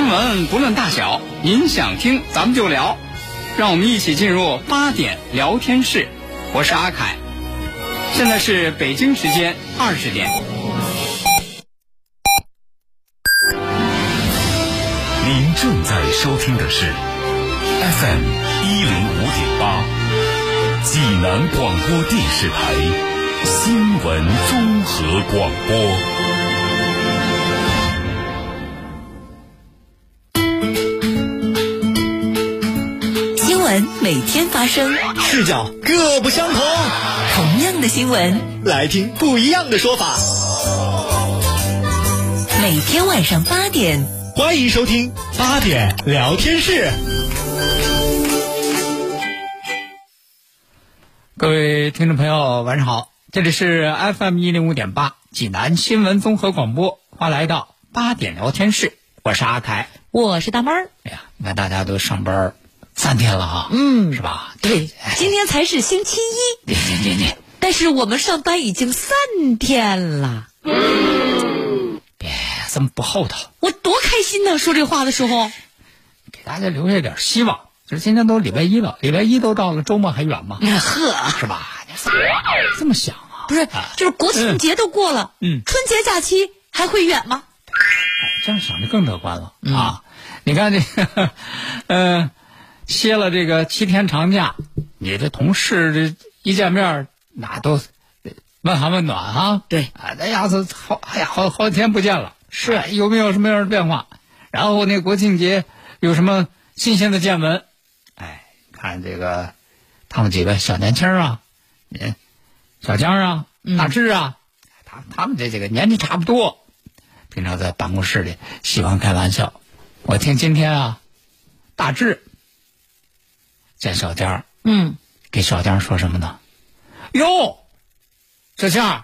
闻不论大小，您想听咱们就聊，让我们一起进入8点聊天室。我是阿凯，现在是北京时间20点。 您正在收听的是 FM 105.8济南广播电视台新闻综合广播。 新闻每天发生， 视角各不相同， 同样的新闻， 来听不一样的说法。 每天晚上8点， 欢迎收听8点聊天室。 各位听众朋友晚上好，这里是 FM 105.8济南新闻综合广播，欢迎来到8点聊天室，我是阿凯， 我是大妹儿。 哎呀，你看大家都上班3天了啊，是吧？ 对，今天才是星期一。 你， 但是我们上班已经3天了。 别这么不厚道， 我多开心呢！说这话的时候， 给大家留下点希望。就是今天都礼拜一了，礼拜一都到了，周末还远吗？是吧？这么想啊？ 不是，就是国庆节都过了，春节假期还会远吗？ 这样想就更乐观了啊！你看这个，歇了这个7天长假，你这同事这一见面，那都问寒问暖啊。 对， 哎呀，好几天不见了，是有没有什么样的变化？然后那国庆节有什么新鲜的见闻？哎，看这个他们几个小年轻啊，小江啊，大志啊，他们这几个年纪差不多，平常在办公室里喜欢开玩笑。我听今天啊，大志见小江，给小江说什么呢？哟，小江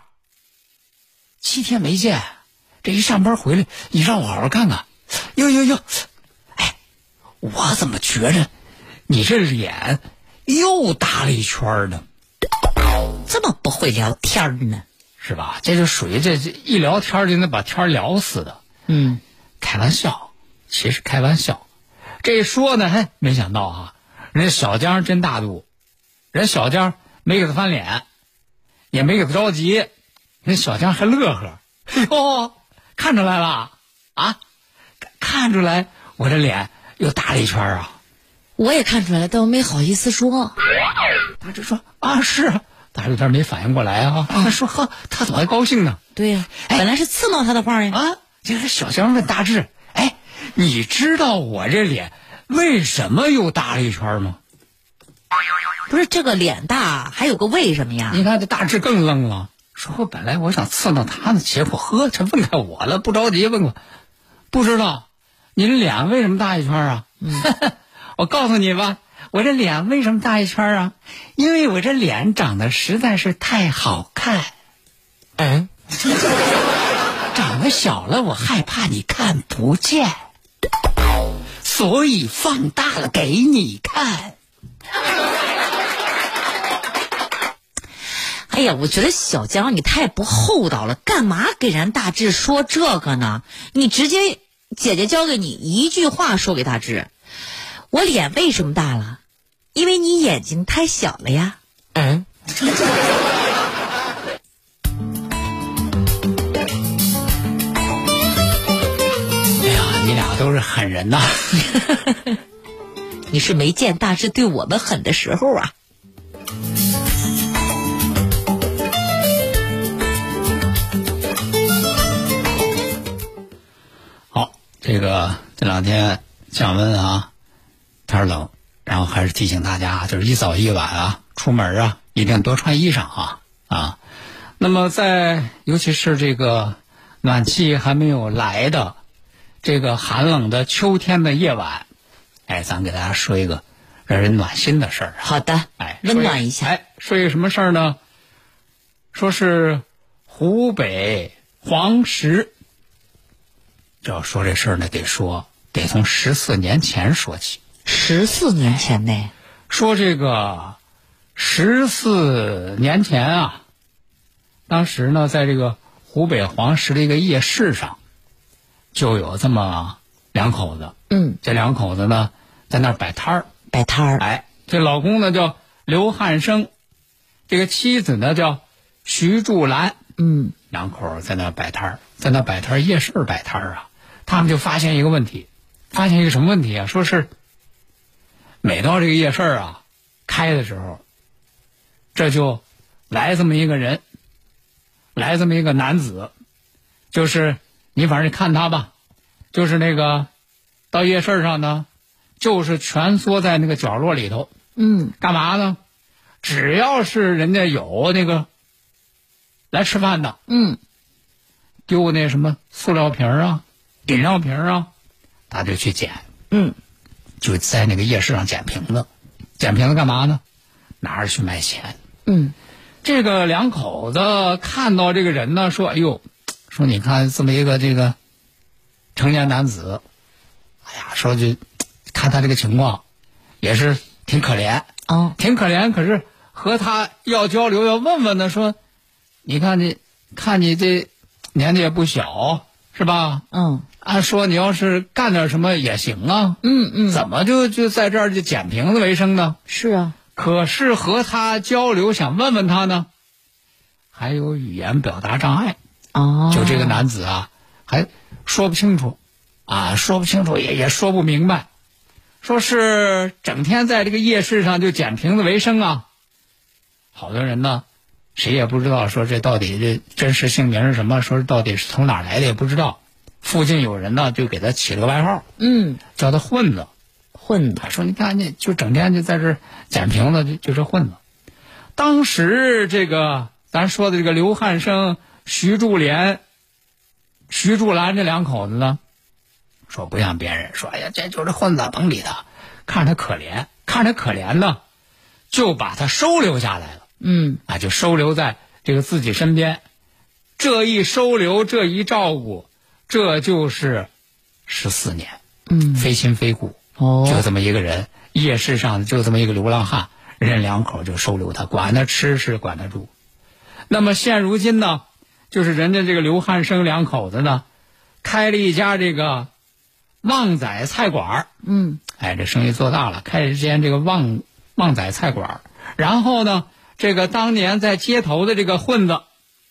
，7天没见，这一上班回来，你让我好好看看。哟，哎，我怎么觉着你这脸又大了一圈呢？ 这么不会聊天呢？ 是吧？这就属于这一聊天就能把天聊死的。开玩笑，其实开玩笑。这一说呢，没想到啊，人家小江真大度，人小江没给他翻脸，也没给他着急，人小江还乐呵。哟，看出来了啊？看出来我这脸又大了一圈啊！ 我也看出来了，但我没好意思说。 他就说啊，是，他有点没反应过来啊。他说呵，他怎么还高兴呢？ 对呀，本来是刺挠他的话呀。 啊，这个小江问大志，哎，你知道我这脸为什么又大了一圈吗？ 不是这个脸大，还有个为什么呀？ 你看这大志更愣了，说本来我想刺挠他呢，结果这问开我了，不着急问我，不知道你这脸为什么大一圈啊？我告诉你吧，我这脸为什么大一圈啊？因为我这脸长得实在是太好看。长得小了，我害怕你看不见，所以放大了给你看。 哎呀，我觉得小江你太不厚道了，干嘛给人大志说这个呢？你直接姐姐教给你一句话说给大志，我脸为什么大了？因为你眼睛太小了呀。 哎呀，你俩都是狠人呐！ 你是没见大志对我们狠的时候啊。 好，这2天降温啊，天冷，然后还是提醒大家，就是一早一晚啊，出门啊一定多穿衣裳啊。那么尤其是这个暖气还没有来的这个寒冷的秋天的夜晚，咱给大家说一个让人暖心的事儿。 好的，温暖一下。 说一个什么事儿呢？说是湖北黄石。这要说这事儿呢，得从14年前说起。 14年前呢？ 说这个14年前啊，当时呢，在这个湖北黄石的一个夜市上，就有这么两口子。 嗯， 这两口子呢，在那儿摆摊儿。 摆摊儿。 哎，这老公呢叫刘汉生，这个妻子呢叫徐祝兰。 嗯， 两口在那儿摆摊儿，在那摆摊儿，夜市摆摊儿啊。他们就发现一个问题，发现一个什么问题啊？说是每到这个夜市啊开的时候，这就来这么一个人，来这么一个男子，就是你反正看他吧，就是那个到夜市上呢，就是蜷缩在那个角落里头。 嗯， 干嘛呢？只要是人家有那个来吃饭的， 嗯， 丢那什么塑料瓶啊、饮料瓶啊，他就去捡。 嗯， 就在那个夜市上捡瓶子，捡瓶子干嘛呢？拿着去卖钱。 嗯， 这个两口子看到这个人呢，说：“哎呦，说你看这么一个这个成年男子，哎呀，说就看他这个情况，也是挺可怜， 哦， 挺可怜。可是和他要交流，要问问呢，说，你看你这年纪也不小，是吧？ 嗯， 按说你要是干点什么也行啊。 嗯， 怎么就在这儿就捡瓶子为生呢？ 是啊。 可是和他交流，想问问他呢，还有语言表达障碍。 哦， 就这个男子啊，还说不清楚，说不清楚也说不明白，说是整天在这个夜市上就捡瓶子为生啊。好多人呢，谁也不知道说这到底这真实姓名是什么，说是到底是从哪来的也不知道。附近有人呢就给他起了个外号，叫他混子。 混子， 他说：“你看，你就整天就在这捡瓶子，就是混子。”当时这个咱说的这个刘汉生、徐祝兰这两口子呢，说不像别人说：“哎呀，这就是混子，甭理他。”看着他可怜呢，就把他收留下来了。就收留在这个自己身边。这一收留，这一照顾，这就是14年。非亲非故。就这么一个人，夜市上就这么一个流浪汉，人两口就收留他，管他吃是管他住。那么现如今呢，就是人家这个刘汉生两口子呢，开了一家这个旺仔菜馆。这生意做大了，开了一间这个旺仔菜馆。然后呢，这个当年在街头的这个混子，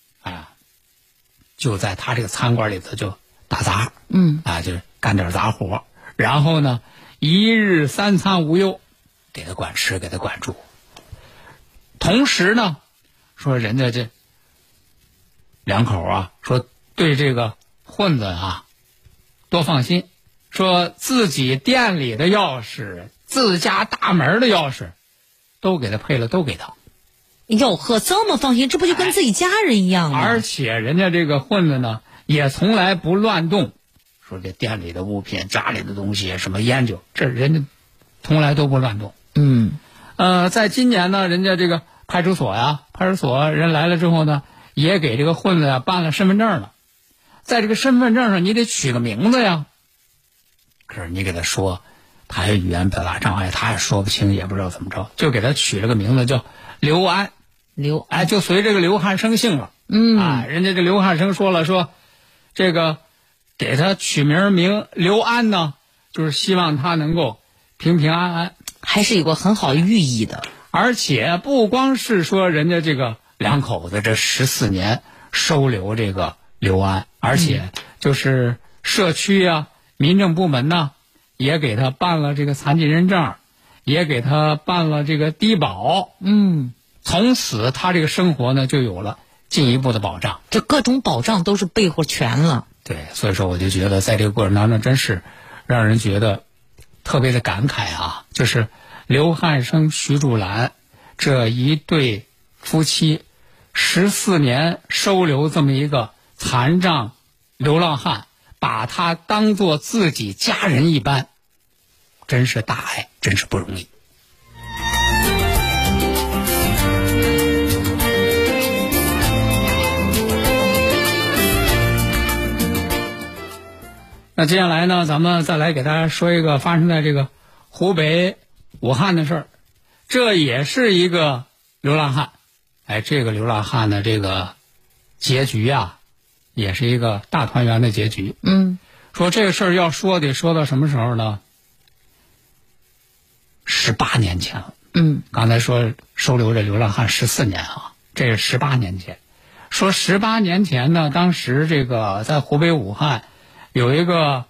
就在他这个餐馆里头就打杂，就是干点杂活。然后呢，一日3餐无忧，给他管吃，给他管住。同时呢，说人家这两口啊，说对这个混子多放心，说自己店里的钥匙、自家大门的钥匙都给他配了，都给他。 哟呵，这么放心，这不就跟自己家人一样吗？ 而且人家这个混子呢，也从来不乱动。说这店里的物品、家里的东西、什么烟酒，这人家从来都不乱动。在今年呢，人家这个派出所人来了之后呢，也给这个混子办了身份证了。在这个身份证上，你得取个名字呀。可是你给他说，他有语言表达障碍，他也说不清，也不知道怎么着，就给他取了个名字叫刘安。就随这个刘汉生姓了。人家这刘汉生说了，说这个给他取名刘安呢，就是希望他能够平平安安， 还是有个很好的寓意的。 而且不光是说人家这个两口子这14年收留这个刘安，而且就是社区民政部门呢也给他办了这个残疾人证，也给他办了这个低保。从此他这个生活呢就有了进一步的保障， 这各种保障都是备货全了。 对，所以说我就觉得在这个过程当中真是让人觉得特别的感慨就是刘汉生、徐祝兰这一对夫妻14年收留这么一个残障流浪汉，把他当作自己家人一般，真是大爱，真是不容易。那接下来呢，咱们再来给大家说一个发生在这个湖北武汉的事儿。这也是一个流浪汉，这个流浪汉的这个结局也是一个大团圆的结局。 说这个事儿要说得说到什么时候呢？18年前了。刚才说收留这流浪汉14年啊，这是18年前。说18年前呢，当时这个在湖北武汉有一个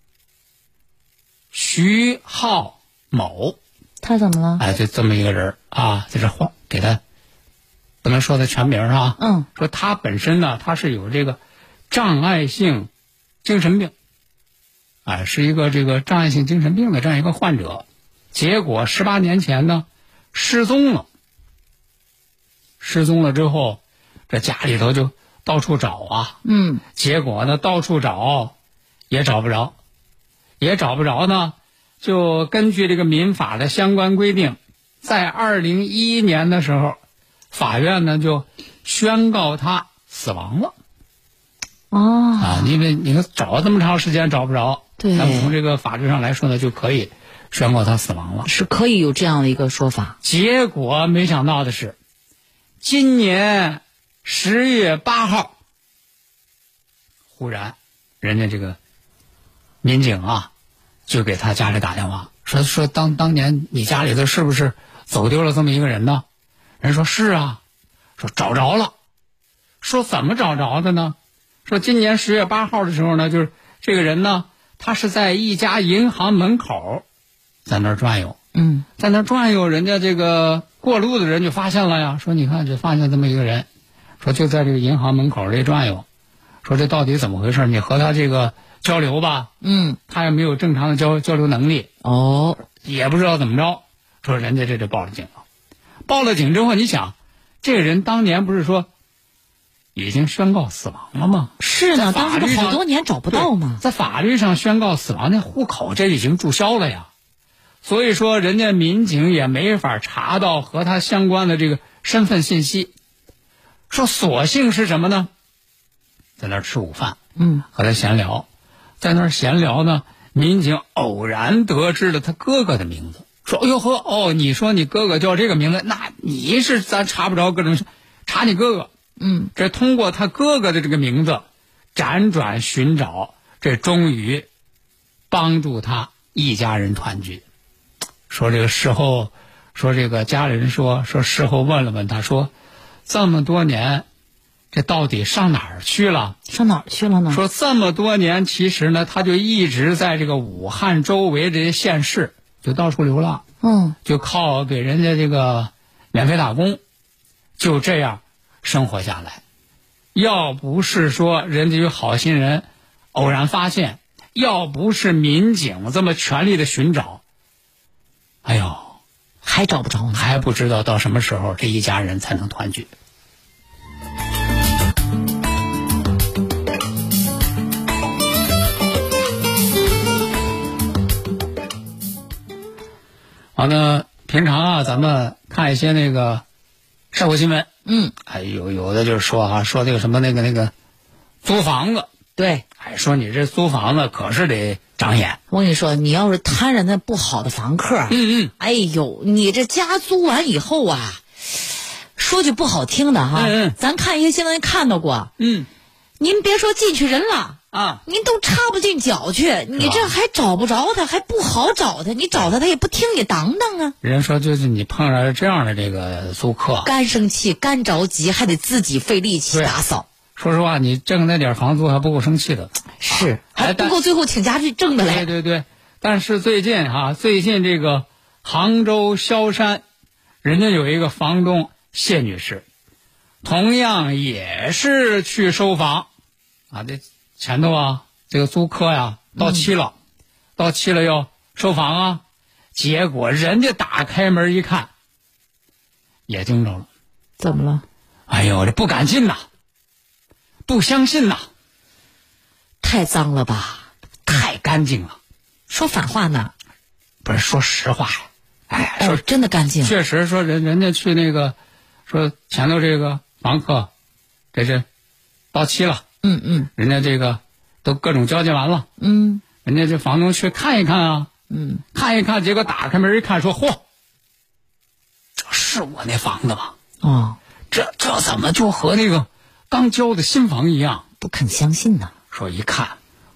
徐浩某， 他怎么了？ 哎，就这么一个人啊，在这给他不能说他全名啊。说他本身呢，他是有这个障碍性精神病，哎，是一个这个障碍性精神病的这样一个患者。结果18年前呢，失踪了。失踪了之后，这家里头就到处找啊。结果呢，到处找也找不着，呢，就根据这个民法的相关规定，在2011年的时候，法院呢就宣告他死亡了。因为你看找了这么长时间找不着， 对， 那么从这个法律上来说呢，就可以宣告他死亡了， 是可以有这样的一个说法。 结果没想到的是，今年10月8号，忽然人家这个民警啊，就给他家里打电话，说当年你家里头是不是走丢了这么一个人呢？人说是啊，说找着了。说怎么找着的呢？说今年10月8号的时候呢，就是这个人呢，他是在一家银行门口在那儿转悠。在那儿转悠，人家这个过路的人就发现了呀，说你看这发现这么一个人，说就在这个银行门口这转悠，说这到底怎么回事？你和他这个交流吧，他也没有正常的交流能力，也不知道怎么着，说人家这就报了警了。报了警之后，你想，这个人当年不是说已经宣告死亡了吗？ 是呢，当时不好多年找不到吗？ 在法律上宣告死亡，那户口这已经注销了呀。所以说，人家民警也没法查到和他相关的这个身份信息。说索性是什么呢？在那儿吃午饭，和他闲聊，在那儿闲聊呢，民警偶然得知了他哥哥的名字，说：“哎呦呵，你说你哥哥叫这个名字，那你是咱查不着各种查你哥哥。”这通过他哥哥的这个名字，辗转寻找，这终于帮助他一家人团聚。说这个事后，说这个家里人说事后问了问他，说这么多年，这到底上哪儿去了？ 上哪儿去了呢？ 说这么多年，其实呢，他就一直在这个武汉周围这些县市就到处流浪，就靠给人家这个免费打工，就这样生活下来。要不是说人家有好心人偶然发现，要不是民警这么全力的寻找，哎呦， 还找不着呢， 还不知道到什么时候这一家人才能团聚。好，那平常啊，咱们看一些那个社会新闻，有的就是说说这个什么那个租房子， 对， 说你这租房子可是得长眼。 我跟你说，你要是摊着那不好的房客，哎呦，你这家租完以后啊，说句不好听的哈，咱看一些新闻看到过，您别说进去人了啊，您都插不进脚去，你这还找不着他，还不好找他，你找他也不听你当当啊。 人说就是你碰上这样的这个租客， 干生气干着急，还得自己费力气打扫。 说实话，你挣那点房租还不够生气的， 是还不够最后请假去挣的嘞。 对，但是最近这个杭州萧山，人家有一个房东谢女士，同样也是去收房这前头这个租客到期了，要收房结果人家打开门一看，也惊着了。 怎么了？ 哎呦，这不敢进呐，不相信呐， 太脏了吧， 太干净了。 说反话呢？ 不是，说实话呀。说真的干净。 确实说人家去那个说前头这个房客，这是到期了。人家这个都各种交接完了。人家这房东去看一看看一看，结果打开门一看，说：“嚯，这是我那房子吗？这怎么就和那个刚交的新房一样？” 不肯相信呢。 说一看，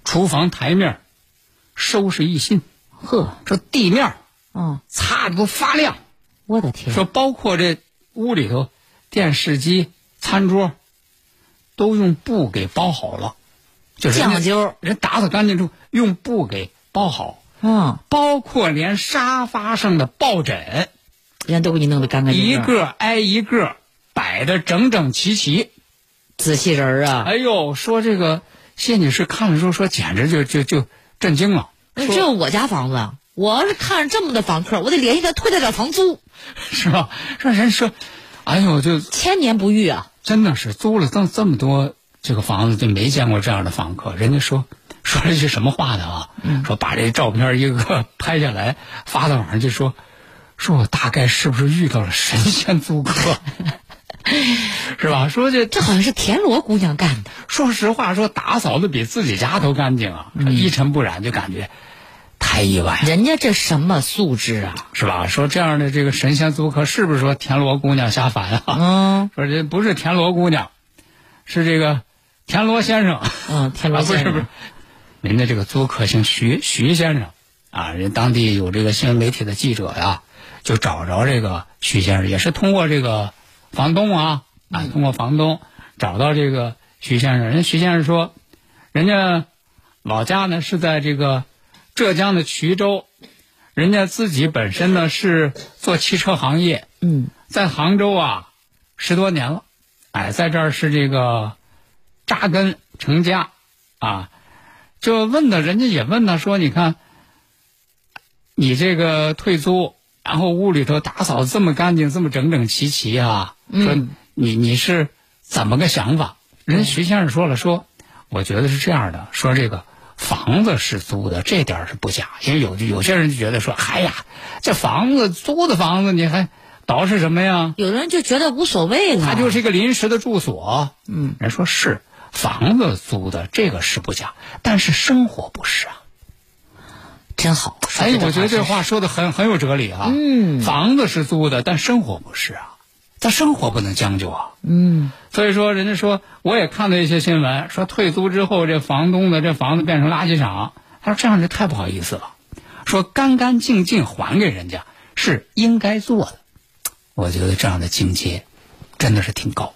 厨房台面收拾一新， 呵， 说地面擦的都发亮， 我的天， 说包括这屋里头电视机、餐桌都用布给包好了，就是讲究， 人打扫干净之后用布给包好，包括连沙发上的抱枕， 人都给你弄得干干净净， 一个挨一个摆得整整齐齐， 仔细人啊！ 哎呦，说这个谢女士看了之后说简直就震惊了。 这是我家房子，我要是看着这么多房客，我得联系他退他点房租， 是吧？让人说，哎呦，就千年不遇啊！ 真的是租了这么多这个房子，就没见过这样的房客。人家说了句什么话呢啊？说把这照片一个拍下来发到网上，就说我大概是不是遇到了神仙租客？是吧？说这好像是田螺姑娘干的。 说实话，说打扫的比自己家都干净啊，一尘不染，就感觉太意外了。 人家这什么素质啊？ 是吧？说这样的这个神仙租客，是不是说田螺姑娘下凡啊？说这不是田螺姑娘，是这个田螺先生。 田螺先生不是，人家这个租客姓徐先生啊，人当地有这个新闻媒体的记者呀，就找着这个徐先生，也是通过这个房东通过房东找到这个徐先生。人家徐先生说，人家老家呢是在这个浙江的衢州，人家自己本身呢是做汽车行业，在杭州10多年了，在这儿是这个扎根成家就问他，人家也问他说，你看你这个退租，然后屋里头打扫这么干净，这么整整齐齐说你是怎么个想法？人家徐先生说了，说我觉得是这样的，说这个房子是租的，这点是不假，因为有些人就觉得说，哎呀，这房子租的房子你还捯饬什么呀？ 有的人就觉得无所谓了， 它就是一个临时的住所。人说是房子租的，这个是不假，但是生活不是啊。 真好， 我觉得这话说的很有哲理啊。房子是租的，但生活不是啊。但生活不能将就啊。所以说人家说，我也看到一些新闻，说退租之后这房东的这房子变成垃圾场，他说这样就太不好意思了，说干干净净还给人家是应该做的。我觉得这样的境界真的是挺高。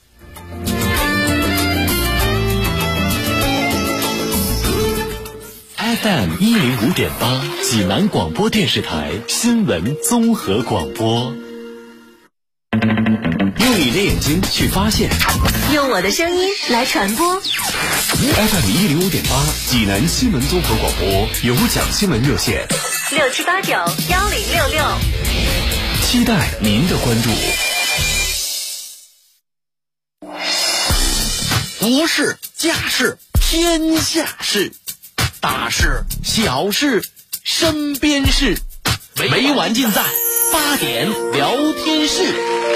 FM 105.8济南广播电视台新闻综合广播。用你的眼睛去发现， 用我的声音来传播。 FM 105.8济南新闻综合广播有奖新闻热线 67891066， 期待您的关注。国事家事天下事，大事小事身边事，每晚尽在8点聊天室。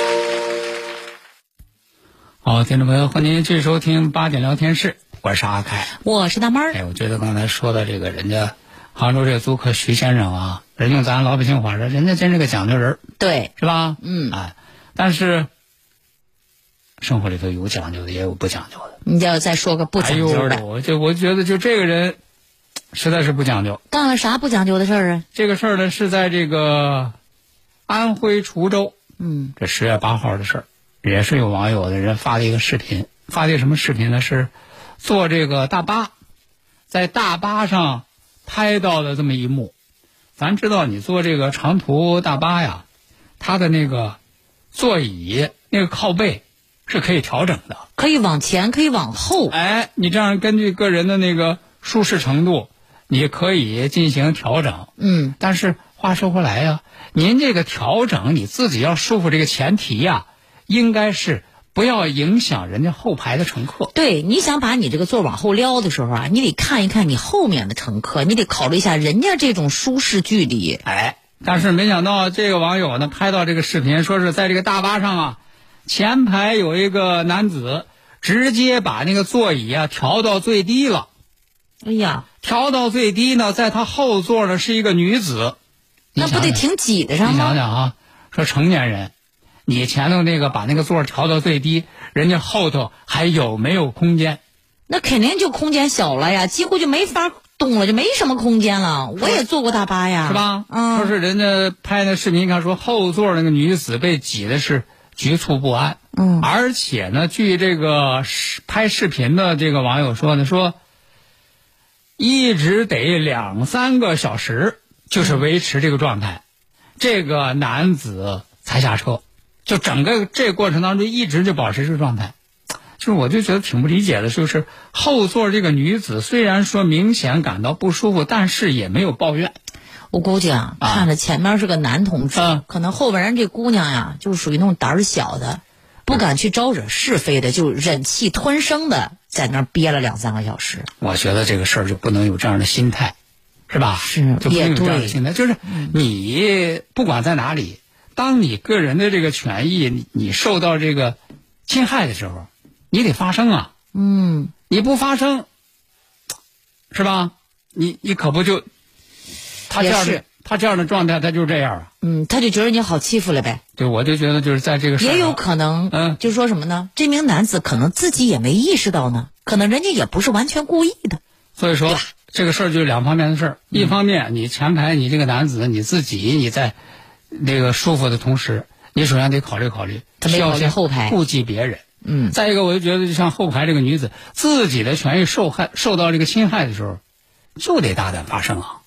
好，听众朋友，欢迎您继续收听8点聊天室，我是阿凯， 我是大妹儿。 我觉得刚才说的这个人家杭州这个租客徐先生人用咱老百姓话说，人家真是个讲究人， 对， 是吧？但是生活里头有讲究的，也有不讲究的。 你要再说个不讲究的， 我觉得就这个人实在是不讲究。 干了啥不讲究的事儿啊？ 这个事儿呢是在这个安徽滁州，这10月8号的事儿。也是有网友的人发了一个视频，发的什么视频呢？是坐这个大巴，在大巴上拍到的这么一幕。咱知道你坐这个长途大巴呀，它的那个座椅那个靠背是可以调整的， 可以往前，可以往后。 你这样根据个人的那个舒适程度，你可以进行调整。但是话说回来呀，您这个调整你自己要舒服，这个前提呀，应该是不要影响人家后排的乘客。 对，你想把你这个座往后撩的时候你得看一看你后面的乘客，你得考虑一下人家这种舒适距离。 但是没想到这个网友呢拍到这个视频，说是在这个大巴上前排有一个男子直接把那个座椅调到最低了。 哎呀， 调到最低呢，在他后座呢是一个女子， 那不得挺挤得上吗？ 你想想说成年人，你前头那个把那个座调到最低，人家后头还有没有空间？ 那肯定就空间小了呀，几乎就没法动了，就没什么空间了。我也坐过大巴呀， 是吧？ 嗯， 说是人家拍那视频，看说后座那个女子被挤的是局促不安。而且呢，据这个拍视频的这个网友说呢，说一直得2-3个小时，就是维持这个状态，这个男子才下车，就整个这个过程当中一直就保持这个状态。就是我就觉得挺不理解的，就是后座这个女子虽然说明显感到不舒服，但是也没有抱怨。 我估计看着前面是个男同志，可能后边人这姑娘呀，就是属于那种胆儿小的，不敢去招惹是非的，就忍气吞声的在那儿憋了2-3个小时。 我觉得这个事儿就不能有这样的心态，是吧？ 是， 就不能有这样的心态。就是你不管在哪里，当你个人的这个权益你受到这个侵害的时候，你得发声啊。你不发声，是吧？你可不就他这样的状态，他就这样啊。 他就觉得你好欺负了呗。 对，我就觉得就是在这个事儿上也有可能，就说什么呢？这名男子可能自己也没意识到呢，可能人家也不是完全故意的。 所以说这个事儿就是2方面的事儿。一方面，你前排你这个男子你自己你在那个舒服的同时，你首先得考虑， 他没考虑后排， 顾及别人。再一个，我就觉得就像后排这个女子自己的权益受到这个侵害的时候，就得大胆发声啊。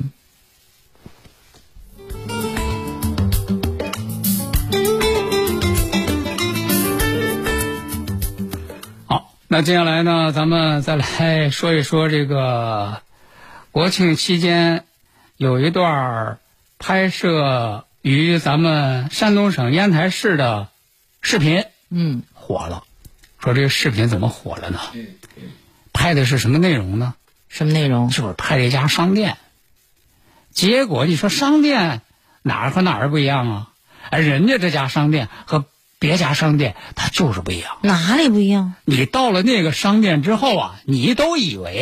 好，那接下来呢，咱们再来说一说这个国庆期间有一段拍摄于咱们山东省烟台市的视频，火了。说这个视频怎么火了呢？拍的是什么内容呢？ 什么内容？ 就是拍了一家商店。结果你说商店哪儿和哪儿不一样啊？人家这家商店和别家商店它就是不一样。 哪里不一样？ 你到了那个商店之后啊，你都以为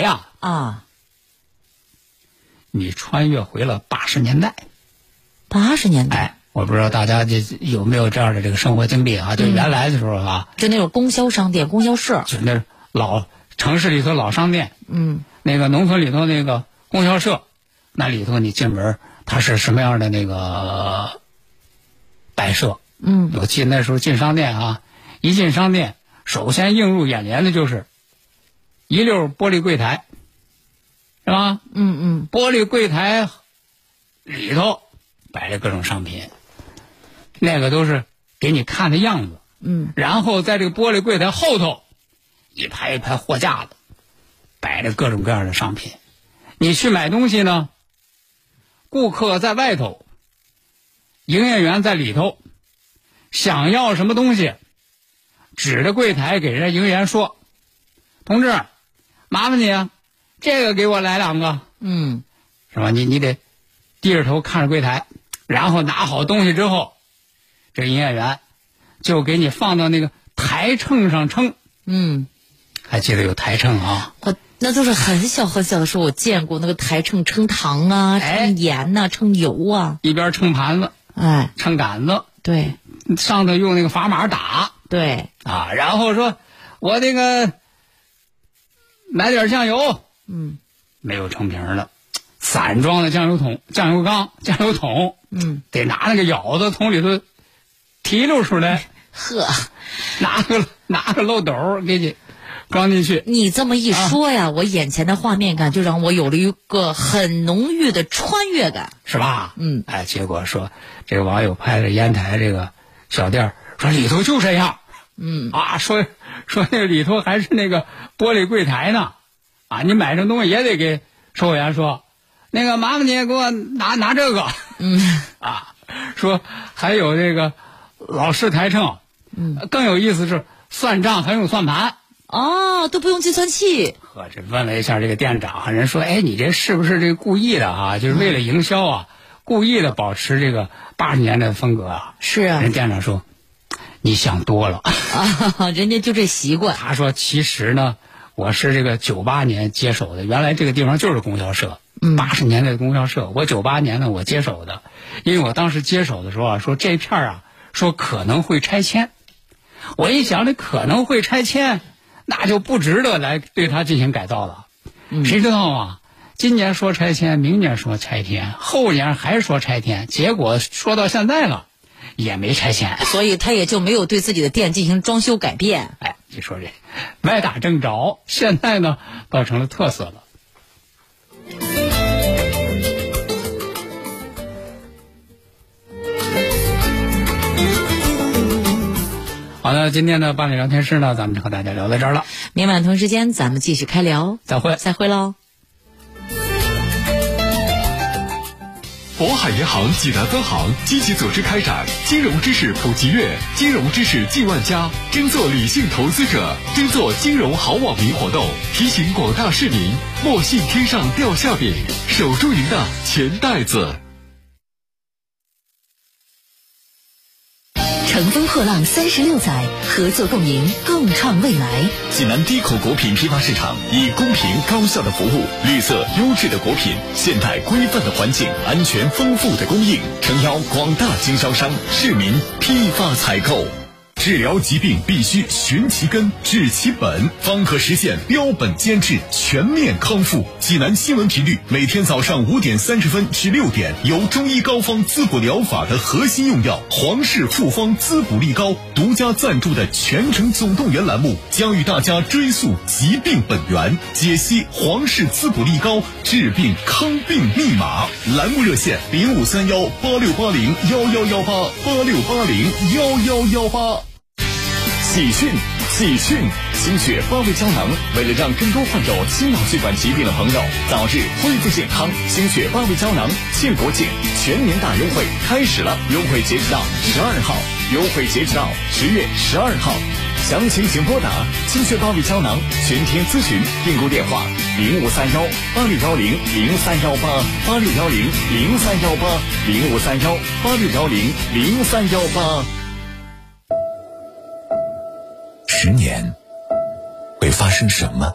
你穿越回了80年代。 80年代。 我不知道大家有没有这样的这个生活经历啊？就原来的时候啊， 就那种供销商店、供销社， 就那老城市里头老商店，那个农村里头那个供销社，那里头你进门，它是什么样的那个摆设？我记得那时候进商店啊，一进商店，首先映入眼帘的就是一溜玻璃柜台，是吧？玻璃柜台里头摆着各种商品。那个都是给你看的样子，然后在这个玻璃柜台后头，一排一排货架子，摆着各种各样的商品。你去买东西呢，顾客在外头，营业员在里头，想要什么东西，指着柜台给人家营业员说：“同志，麻烦你啊，这个给我来2个。”是吧？你得低着头看着柜台，然后拿好东西之后，这营业员就给你放到那个台秤上称。还记得有台秤啊？ 那都是很小很小的时候我见过那个台秤，称糖啊，称盐呐，称油啊， 一边称盘子，称杆子， 对， 上头用那个砝码打， 对然后说我那个买点酱油，没有成瓶的，散装的酱油桶、酱油缸、酱油桶，得拿那个舀子从里头提溜出来，拿个漏斗给你装进去。 你这么一说呀，我眼前的画面感就让我有了一个很浓郁的穿越感， 是吧？结果说这个网友拍的烟台这个小店，说里头就这样，说那个里头还是那个玻璃柜台呢，你买这东西也得给售货员说，那个麻烦你给我拿这个，说还有这个老式台秤，更有意思是算账还用算盘。 都不用计算器。 这问了一下这个店长，人说：“你这是不是这个故意的啊？就是为了营销啊，故意的保持这个80年代的风格啊？” 是啊。 人店长说：“你想多了人家就这习惯。” 他说：“其实呢，我是这个98年接手的，原来这个地方就是供销社，80年代的供销社。我98年呢我接手的，因为我当时接手的时候说这片说可能会拆迁。我一想，这可能会拆迁。” 那就不值得来对它进行改造了。谁知道啊？今年说拆迁，明年说拆迁，后年还说拆迁，结果说到现在了，也没拆迁， 所以他也就没有对自己的店进行装修改变。 哎，你说这歪打正着，现在呢搞成了特色了。好的，今天的八点聊天室呢，咱们就和大家聊到这儿了。 明晚同时间咱们继续开聊， 再会， 再会喽。 渤海银行济南分行积极组织开展金融知识普及月、金融知识进万家、争做理性投资者、争做金融好网民活动，提醒广大市民莫信天上掉馅饼，守住您的钱袋子。 乘风破浪36载，合作共赢，共创未来。 济南低口果品批发市场以公平高效的服务、绿色优质的果品、现代规范的环境、安全丰富的供应，诚邀广大经销商、市民批发采购。 治疗疾病必须寻其根、治其本，方可实现标本兼治、全面康复。济南新闻频率每天早上5点30分至6点，由中医膏方滋补疗法的核心用药皇氏复方滋补力膏独家赞助的全程总动员栏目，将与大家追溯疾病本源，解析皇氏滋补力膏治病康病密码。栏目热线05318680111886801118。 喜讯！心血八味胶囊为了让更多患有心脑血管疾病的朋友早日恢复健康，心血八味胶囊庆国庆全年大优惠开始了，优惠截止到12号，优惠截止到10月12号。详情请拨打心血八味胶囊全天咨询订购电话 0531860318，0531860318，0531860318。10年会发生什么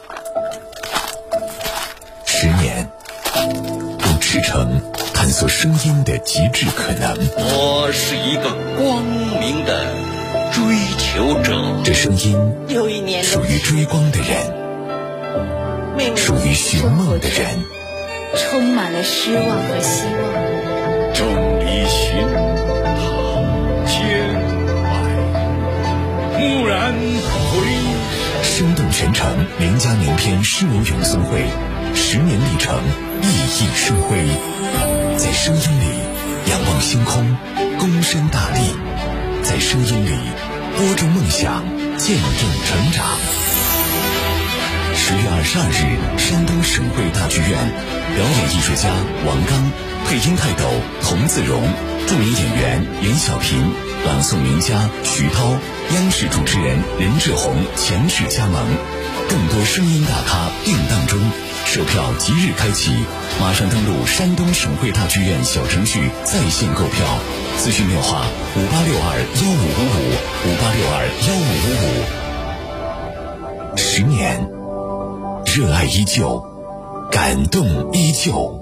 ？10年用赤诚探索声音的极致可能。 我是一个光明的追求者。 这声音属于追光的人，属于寻梦的人， 充满了失望和希望。 众里寻他千百，蓦然回生动全程名家名篇诗文咏诵会，10年历程熠熠生辉。在声音里仰望星空，躬身大礼；在声音里播种梦想，见证成长。10月22日，山东省会大剧院，表演艺术家王刚，配音泰斗童自荣，著名演员严小平，朗诵名家徐涛，央视主持人任志宏强势加盟。更多声音大咖定档中，售票即日开启，马上登录山东省会大剧院小程序在线购票，咨询电话5862-1555，5862-1555。10年，热爱依旧，感动依旧。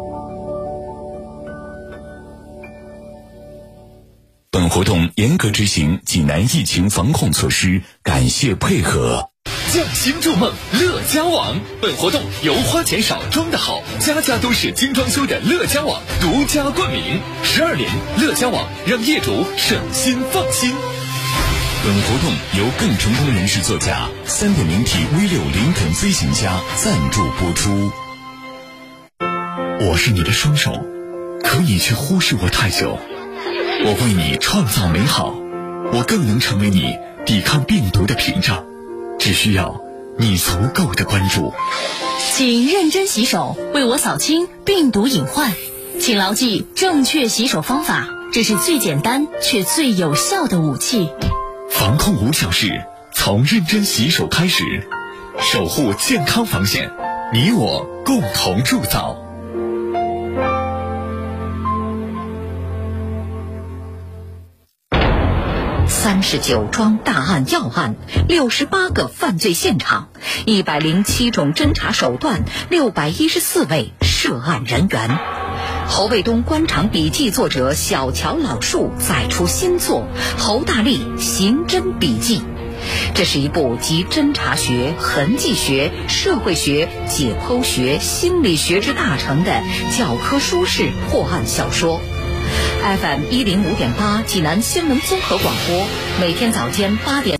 本活动严格执行济南疫情防控措施，感谢配合。 匠心筑梦，乐家网。本活动由花钱少装得好，家家都是精装修的乐家网独家冠名。12年，乐家网让业主省心放心。 本活动由更成功人士作家3点零体 V6 林肯飞行家赞助播出。 我是你的双手，可以却忽视我太久。我为你创造美好，我更能成为你抵抗病毒的屏障。只需要你足够的关注。 请认真洗手，为我扫清病毒隐患。请牢记正确洗手方法，这是最简单却最有效的武器。 防控无小事，从认真洗手开始，守护健康防线，你我共同铸造。 39桩大案要案，68个犯罪现场，107种侦查手段，614位涉案人员。侯卫东官场笔记作者小乔老树再出新作《侯大力刑侦笔记》， 这是一部集侦查学、痕迹学、社会学、解剖学、心理学之大成的教科书式破案小说。FM105.8济南新闻综合广播，每天早间8点。